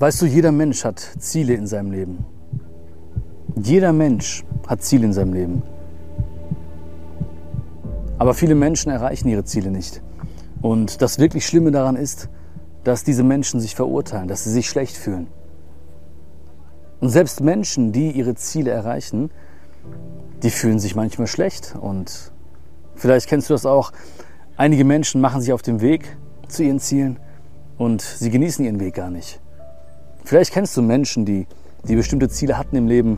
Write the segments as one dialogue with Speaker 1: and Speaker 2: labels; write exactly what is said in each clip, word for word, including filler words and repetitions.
Speaker 1: Weißt du, jeder Mensch hat Ziele in seinem Leben. Jeder Mensch hat Ziele in seinem Leben. Aber viele Menschen erreichen ihre Ziele nicht. Und das wirklich Schlimme daran ist, dass diese Menschen sich verurteilen, dass sie sich schlecht fühlen. Und selbst Menschen, die ihre Ziele erreichen, die fühlen sich manchmal schlecht. Und vielleicht kennst du das auch. Einige Menschen machen sich auf den Weg zu ihren Zielen und sie genießen ihren Weg gar nicht. Vielleicht kennst du Menschen, die, die bestimmte Ziele hatten im Leben,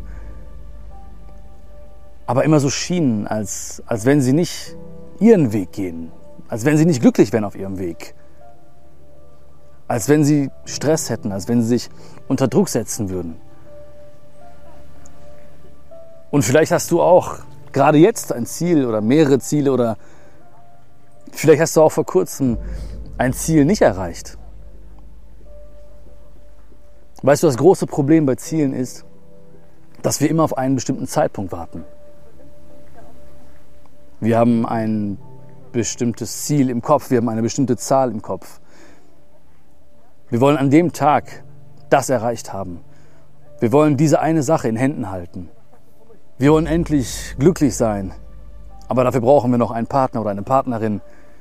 Speaker 1: aber immer so schienen, als, als wenn sie nicht ihren Weg gehen, als wenn sie nicht glücklich wären auf ihrem Weg, als wenn sie Stress hätten, als wenn sie sich unter Druck setzen würden. Und vielleicht hast du auch gerade jetzt ein Ziel oder mehrere Ziele oder vielleicht hast du auch vor kurzem ein Ziel nicht erreicht. Weißt du, das große Problem bei Zielen ist, dass wir immer auf einen bestimmten Zeitpunkt warten. Wir haben ein bestimmtes Ziel im Kopf, wir haben eine bestimmte Zahl im Kopf. Wir wollen an dem Tag das erreicht haben. Wir wollen diese eine Sache in Händen halten. Wir wollen endlich glücklich sein, aber dafür brauchen wir noch einen Partner oder eine Partnerin.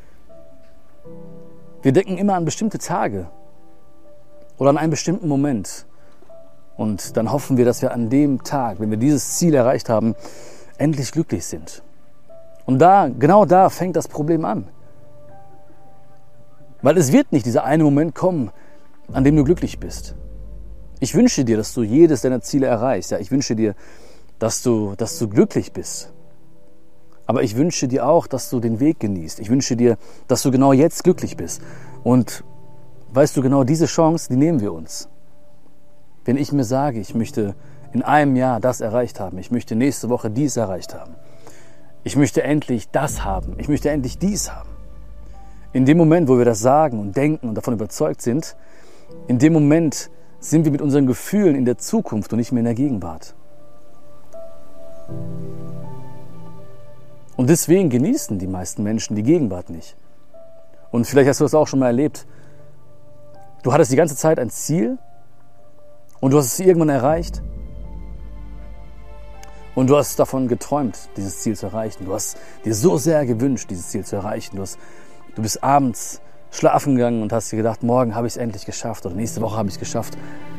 Speaker 1: Wir denken immer an bestimmte Tage oder an einen bestimmten Moment. Und dann hoffen wir, dass wir an dem Tag, wenn wir dieses Ziel erreicht haben, endlich glücklich sind. Und da, genau da fängt das Problem an. Weil es wird nicht dieser eine Moment kommen, an dem du glücklich bist. Ich wünsche dir, dass du jedes deiner Ziele erreichst. Ja, ich wünsche dir, dass du, dass du glücklich bist. Aber ich wünsche dir auch, dass du den Weg genießt. Ich wünsche dir, dass du genau jetzt glücklich bist. Und weißt du, genau diese Chance, die nehmen wir uns. Wenn ich mir sage, ich möchte in einem Jahr das erreicht haben, ich möchte nächste Woche dies erreicht haben, ich möchte endlich das haben, ich möchte endlich dies haben. In dem Moment, wo wir das sagen und denken und davon überzeugt sind, in dem Moment sind wir mit unseren Gefühlen in der Zukunft und nicht mehr in der Gegenwart. Und deswegen genießen die meisten Menschen die Gegenwart nicht. Und vielleicht hast du das auch schon mal erlebt. Du hattest die ganze Zeit ein Ziel und du hast es irgendwann erreicht. Und du hast davon geträumt, dieses Ziel zu erreichen. Du hast dir so sehr gewünscht, dieses Ziel zu erreichen. Du, hast, du bist abends schlafen gegangen und hast dir gedacht, morgen habe ich es endlich geschafft oder nächste Woche habe ich es geschafft.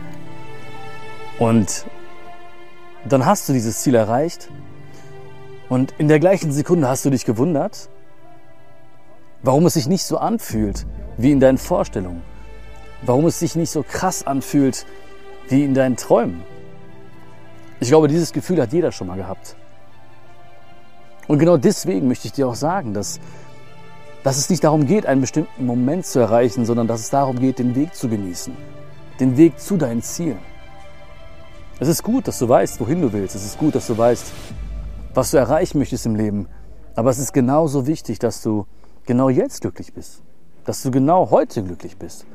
Speaker 1: Und dann hast du dieses Ziel erreicht und in der gleichen Sekunde hast du dich gewundert, warum es sich nicht so anfühlt wie in deinen Vorstellungen. Warum es sich nicht so krass anfühlt wie in deinen Träumen. Ich glaube, dieses Gefühl hat jeder schon mal gehabt. Und genau deswegen möchte ich dir auch sagen, dass, dass es nicht darum geht, einen bestimmten Moment zu erreichen, sondern dass es darum geht, den Weg zu genießen. Den Weg zu deinen Zielen. Es ist gut, dass du weißt, wohin du willst. Es ist gut, dass du weißt, was du erreichen möchtest im Leben. Aber es ist genauso wichtig, dass du genau jetzt glücklich bist. Dass du genau heute glücklich bist.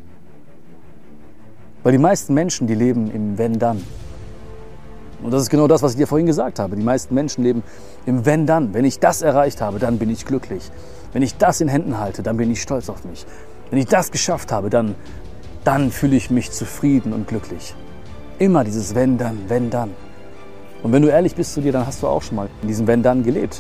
Speaker 1: Weil die meisten Menschen, die leben im Wenn-Dann. Und das ist genau das, was ich dir vorhin gesagt habe. Die meisten Menschen leben im Wenn-Dann. Wenn ich das erreicht habe, dann bin ich glücklich. Wenn ich das in Händen halte, dann bin ich stolz auf mich. Wenn ich das geschafft habe, dann, dann fühle ich mich zufrieden und glücklich. Immer dieses Wenn-Dann, Wenn-Dann. Und wenn du ehrlich bist zu dir, dann hast du auch schon mal in diesem Wenn-Dann gelebt.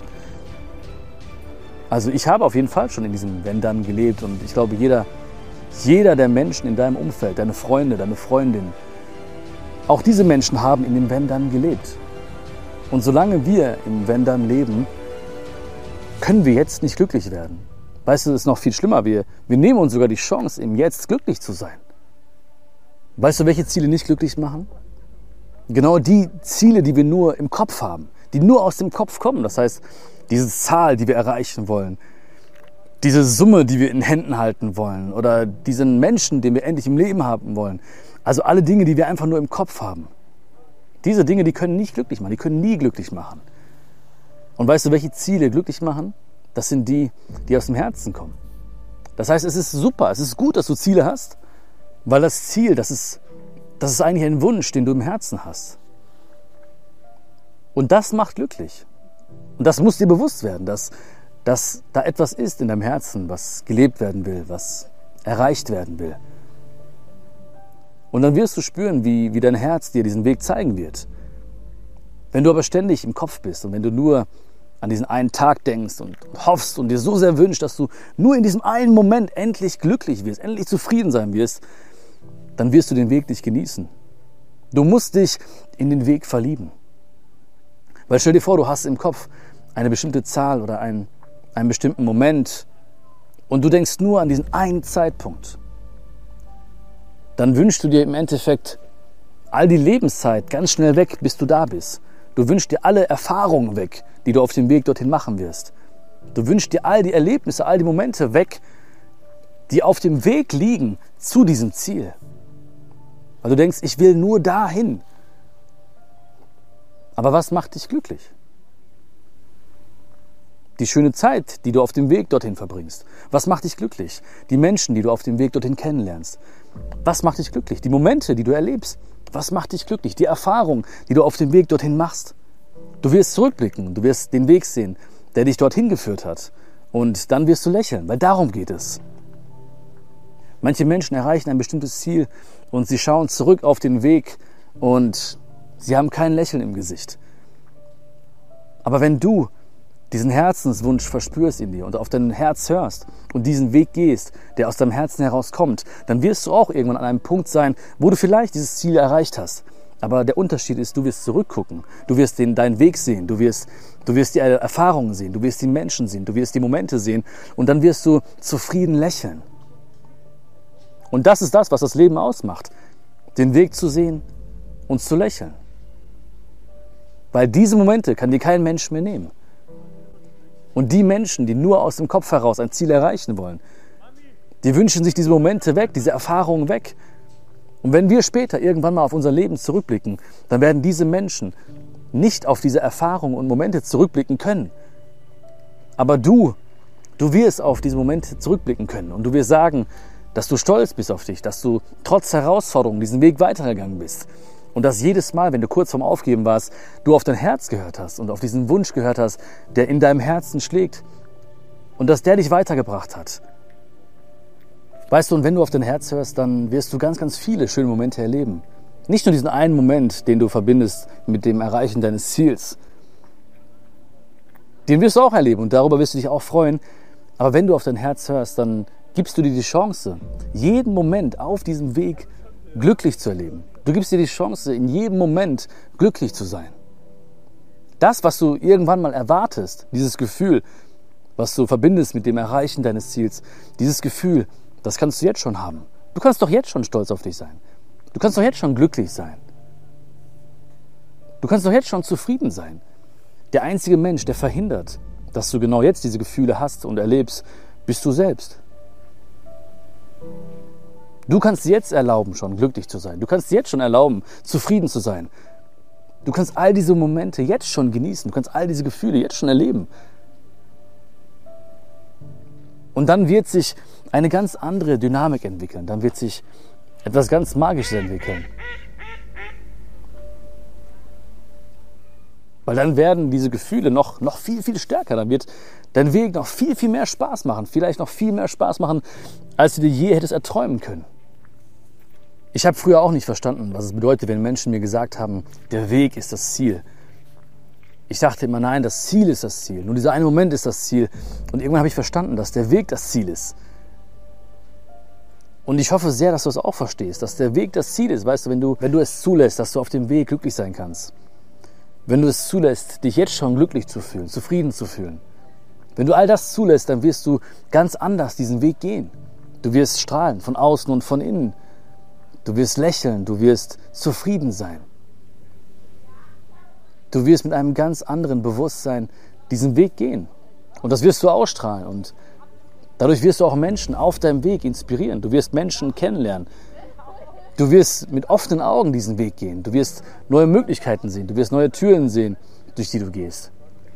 Speaker 1: Also ich habe auf jeden Fall schon in diesem Wenn-Dann gelebt. Und ich glaube, jeder, jeder der Menschen in deinem Umfeld, deine Freunde, deine Freundin, auch diese Menschen haben in dem Wenn-Dann gelebt. Und solange wir im Wenn-Dann leben, können wir jetzt nicht glücklich werden. Weißt du, es ist noch viel schlimmer. Wir, wir nehmen uns sogar die Chance, im Jetzt glücklich zu sein. Weißt du, welche Ziele nicht glücklich machen? Genau die Ziele, die wir nur im Kopf haben, die nur aus dem Kopf kommen. Das heißt, diese Zahl, die wir erreichen wollen, diese Summe, die wir in Händen halten wollen oder diesen Menschen, den wir endlich im Leben haben wollen. Also alle Dinge, die wir einfach nur im Kopf haben. Diese Dinge, die können nicht glücklich machen, die können nie glücklich machen. Und weißt du, welche Ziele glücklich machen? Das sind die, die aus dem Herzen kommen. Das heißt, es ist super, es ist gut, dass du Ziele hast, weil das Ziel, das ist, das ist eigentlich ein Wunsch, den du im Herzen hast. Und das macht glücklich. Und das muss dir bewusst werden, dass, dass da etwas ist in deinem Herzen, was gelebt werden will, was erreicht werden will. Und dann wirst du spüren, wie, wie dein Herz dir diesen Weg zeigen wird. Wenn du aber ständig im Kopf bist und wenn du nur an diesen einen Tag denkst und hoffst und dir so sehr wünschst, dass du nur in diesem einen Moment endlich glücklich wirst, endlich zufrieden sein wirst, dann wirst du den Weg nicht genießen. Du musst dich in den Weg verlieben. Weil stell dir vor, du hast im Kopf eine bestimmte Zahl oder einen, einen bestimmten Moment und du denkst nur an diesen einen Zeitpunkt. Dann wünschst du dir im Endeffekt all die Lebenszeit ganz schnell weg, bis du da bist. Du wünschst dir alle Erfahrungen weg, die du auf dem Weg dorthin machen wirst. Du wünschst dir all die Erlebnisse, all die Momente weg, die auf dem Weg liegen zu diesem Ziel. Weil du denkst, ich will nur dahin. Aber was macht dich glücklich? Die schöne Zeit, die du auf dem Weg dorthin verbringst. Was macht dich glücklich? Die Menschen, die du auf dem Weg dorthin kennenlernst. Was macht dich glücklich? Die Momente, die du erlebst. Was macht dich glücklich? Die Erfahrung, die du auf dem Weg dorthin machst. Du wirst zurückblicken, du wirst den Weg sehen, der dich dorthin geführt hat. Und dann wirst du lächeln, weil darum geht es. Manche Menschen erreichen ein bestimmtes Ziel und sie schauen zurück auf den Weg und sie haben kein Lächeln im Gesicht. Aber wenn du diesen Herzenswunsch verspürst in dir und auf dein Herz hörst und diesen Weg gehst, der aus deinem Herzen herauskommt, dann wirst du auch irgendwann an einem Punkt sein, wo du vielleicht dieses Ziel erreicht hast. Aber der Unterschied ist, du wirst zurückgucken, du wirst den, deinen Weg sehen, du wirst, du wirst die Erfahrungen sehen, du wirst die Menschen sehen, du wirst die Momente sehen und dann wirst du zufrieden lächeln. Und das ist das, was das Leben ausmacht, den Weg zu sehen und zu lächeln. Weil diese Momente kann dir kein Mensch mehr nehmen. Und die Menschen, die nur aus dem Kopf heraus ein Ziel erreichen wollen, die wünschen sich diese Momente weg, diese Erfahrungen weg. Und wenn wir später irgendwann mal auf unser Leben zurückblicken, dann werden diese Menschen nicht auf diese Erfahrungen und Momente zurückblicken können. Aber du, du wirst auf diese Momente zurückblicken können und du wirst sagen, dass du stolz bist auf dich, dass du trotz Herausforderungen diesen Weg weitergegangen bist. Und dass jedes Mal, wenn du kurz vorm Aufgeben warst, du auf dein Herz gehört hast und auf diesen Wunsch gehört hast, der in deinem Herzen schlägt und dass der dich weitergebracht hat. Weißt du, und wenn du auf dein Herz hörst, dann wirst du ganz, ganz viele schöne Momente erleben. Nicht nur diesen einen Moment, den du verbindest mit dem Erreichen deines Ziels. Den wirst du auch erleben und darüber wirst du dich auch freuen. Aber wenn du auf dein Herz hörst, dann gibst du dir die Chance, jeden Moment auf diesem Weg glücklich zu erleben. Du gibst dir die Chance, in jedem Moment glücklich zu sein. Das, was du irgendwann mal erwartest, dieses Gefühl, was du verbindest mit dem Erreichen deines Ziels, dieses Gefühl, das kannst du jetzt schon haben. Du kannst doch jetzt schon stolz auf dich sein. Du kannst doch jetzt schon glücklich sein. Du kannst doch jetzt schon zufrieden sein. Der einzige Mensch, der verhindert, dass du genau jetzt diese Gefühle hast und erlebst, bist du selbst. Du kannst dir jetzt erlauben, schon glücklich zu sein. Du kannst dir jetzt schon erlauben, zufrieden zu sein. Du kannst all diese Momente jetzt schon genießen. Du kannst all diese Gefühle jetzt schon erleben. Und dann wird sich eine ganz andere Dynamik entwickeln. Dann wird sich etwas ganz Magisches entwickeln. Weil dann werden diese Gefühle noch, noch viel, viel stärker. Dann wird dein Weg noch viel, viel mehr Spaß machen. Vielleicht noch viel mehr Spaß machen, als du dir je hättest erträumen können. Ich habe früher auch nicht verstanden, was es bedeutet, wenn Menschen mir gesagt haben, der Weg ist das Ziel. Ich dachte immer, nein, das Ziel ist das Ziel. Nur dieser eine Moment ist das Ziel. Und irgendwann habe ich verstanden, dass der Weg das Ziel ist. Und ich hoffe sehr, dass du es auch verstehst, dass der Weg das Ziel ist. Weißt du, wenn du, wenn du es zulässt, dass du auf dem Weg glücklich sein kannst. Wenn du es zulässt, dich jetzt schon glücklich zu fühlen, zufrieden zu fühlen. Wenn du all das zulässt, dann wirst du ganz anders diesen Weg gehen. Du wirst strahlen, von außen und von innen. Du wirst lächeln, du wirst zufrieden sein. Du wirst mit einem ganz anderen Bewusstsein diesen Weg gehen. Und das wirst du ausstrahlen. Und dadurch wirst du auch Menschen auf deinem Weg inspirieren. Du wirst Menschen kennenlernen. Du wirst mit offenen Augen diesen Weg gehen. Du wirst neue Möglichkeiten sehen. Du wirst neue Türen sehen, durch die du gehst.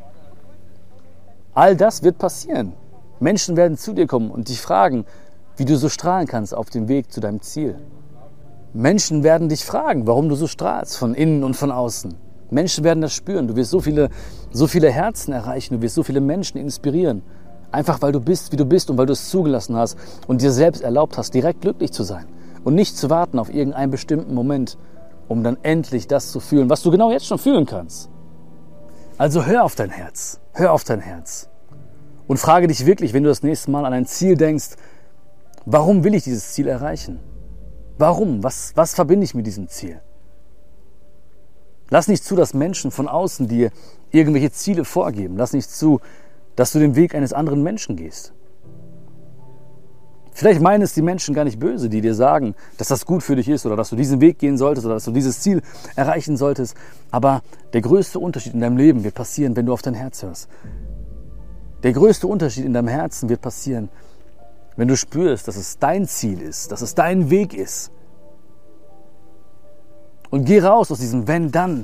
Speaker 1: All das wird passieren. Menschen werden zu dir kommen und dich fragen, wie du so strahlen kannst auf dem Weg zu deinem Ziel. Menschen werden dich fragen, warum du so strahlst, von innen und von außen. Menschen werden das spüren. Du wirst so viele, so viele Herzen erreichen. Du wirst so viele Menschen inspirieren. Einfach weil du bist, wie du bist und weil du es zugelassen hast und dir selbst erlaubt hast, direkt glücklich zu sein. und nicht zu warten auf irgendeinen bestimmten Moment, um dann endlich das zu fühlen, was du genau jetzt schon fühlen kannst. Also hör auf dein Herz, hör auf dein Herz und frage dich wirklich, wenn du das nächste Mal an ein Ziel denkst, warum will ich dieses Ziel erreichen? Warum? Was, was verbinde ich mit diesem Ziel? Lass nicht zu, dass Menschen von außen dir irgendwelche Ziele vorgeben. Lass nicht zu, dass du den Weg eines anderen Menschen gehst. Vielleicht meinen es die Menschen gar nicht böse, die dir sagen, dass das gut für dich ist oder dass du diesen Weg gehen solltest oder dass du dieses Ziel erreichen solltest. Aber der größte Unterschied in deinem Leben wird passieren, wenn du auf dein Herz hörst. Der größte Unterschied in deinem Herzen wird passieren, wenn du spürst, dass es dein Ziel ist, dass es dein Weg ist. Und geh raus aus diesem Wenn-Dann.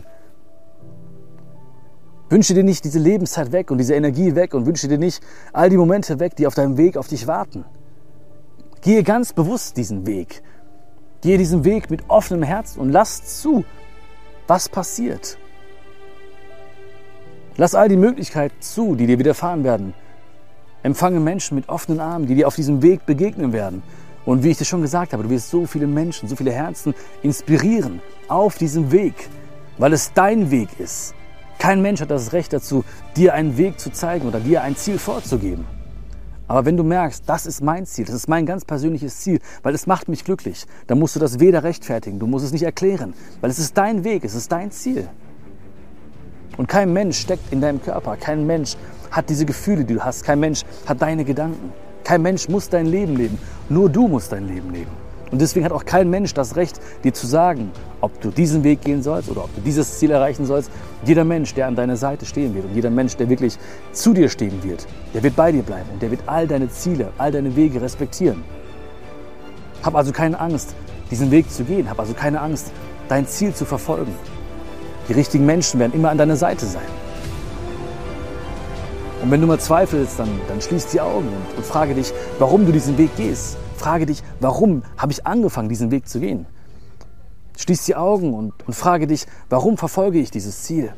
Speaker 1: Wünsche dir nicht diese Lebenszeit weg und diese Energie weg und wünsche dir nicht all die Momente weg, die auf deinem Weg auf dich warten. Gehe ganz bewusst diesen Weg. Gehe diesen Weg mit offenem Herzen und lass zu, was passiert. Lass all die Möglichkeiten zu, die dir widerfahren werden. Empfange Menschen mit offenen Armen, die dir auf diesem Weg begegnen werden. Und wie ich dir schon gesagt habe, du wirst so viele Menschen, so viele Herzen inspirieren auf diesem Weg, weil es dein Weg ist. Kein Mensch hat das Recht dazu, dir einen Weg zu zeigen oder dir ein Ziel vorzugeben. Aber wenn du merkst, das ist mein Ziel, das ist mein ganz persönliches Ziel, weil es macht mich glücklich, dann musst du das weder rechtfertigen, du musst es nicht erklären, weil es ist dein Weg, es ist dein Ziel. Und kein Mensch steckt in deinem Körper, kein Mensch hat diese Gefühle, die du hast, kein Mensch hat deine Gedanken. Kein Mensch muss dein Leben leben, nur du musst dein Leben leben. Und deswegen hat auch kein Mensch das Recht, dir zu sagen, ob du diesen Weg gehen sollst oder ob du dieses Ziel erreichen sollst. Jeder Mensch, der an deiner Seite stehen wird und jeder Mensch, der wirklich zu dir stehen wird, der wird bei dir bleiben und der wird all deine Ziele, all deine Wege respektieren. Hab also keine Angst, diesen Weg zu gehen. Hab also keine Angst, dein Ziel zu verfolgen. Die richtigen Menschen werden immer an deiner Seite sein. Und wenn du mal zweifelst, dann, dann schließ die Augen und, und frage dich, warum du diesen Weg gehst. Frage dich, warum habe ich angefangen, diesen Weg zu gehen? Schließ die Augen und, und frage dich, warum verfolge ich dieses Ziel?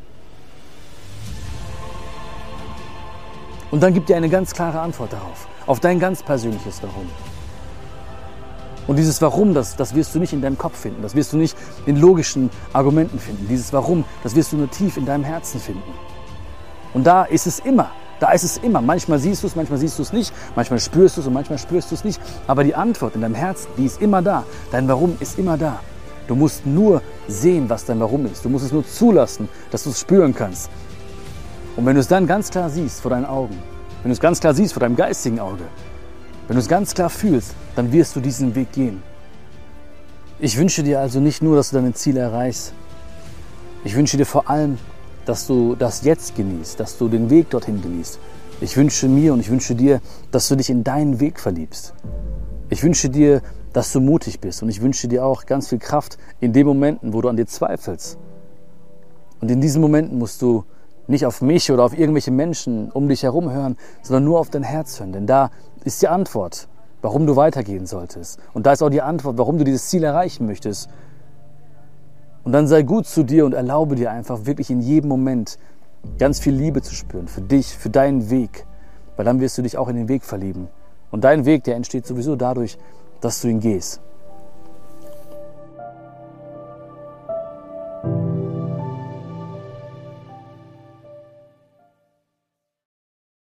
Speaker 1: Und dann gib dir eine ganz klare Antwort darauf, auf dein ganz persönliches Warum. Und dieses Warum, das, das wirst du nicht in deinem Kopf finden, das wirst du nicht in logischen Argumenten finden. Dieses Warum, das wirst du nur tief in deinem Herzen finden. Und da ist es immer. Da ist es immer. Manchmal siehst du es, manchmal siehst du es nicht. Manchmal spürst du es und manchmal spürst du es nicht. Aber die Antwort in deinem Herzen, die ist immer da. Dein Warum ist immer da. Du musst nur sehen, was dein Warum ist. Du musst es nur zulassen, dass du es spüren kannst. Und wenn du es dann ganz klar siehst vor deinen Augen, wenn du es ganz klar siehst vor deinem geistigen Auge, wenn du es ganz klar fühlst, dann wirst du diesen Weg gehen. Ich wünsche dir also nicht nur, dass du deine Ziele erreichst. Ich wünsche dir vor allem, dass du das jetzt genießt, dass du den Weg dorthin genießt. Ich wünsche mir und ich wünsche dir, dass du dich in deinen Weg verliebst. Ich wünsche dir, dass du mutig bist und ich wünsche dir auch ganz viel Kraft in den Momenten, wo du an dir zweifelst. Und in diesen Momenten musst du nicht auf mich oder auf irgendwelche Menschen um dich herum hören, sondern nur auf dein Herz hören. Denn da ist die Antwort, warum du weitergehen solltest. Und da ist auch die Antwort, warum du dieses Ziel erreichen möchtest. Und dann sei gut zu dir und erlaube dir einfach wirklich in jedem Moment ganz viel Liebe zu spüren für dich, für deinen Weg. Weil dann wirst du dich auch in den Weg verlieben. Und dein Weg, der entsteht sowieso dadurch, dass du ihn gehst.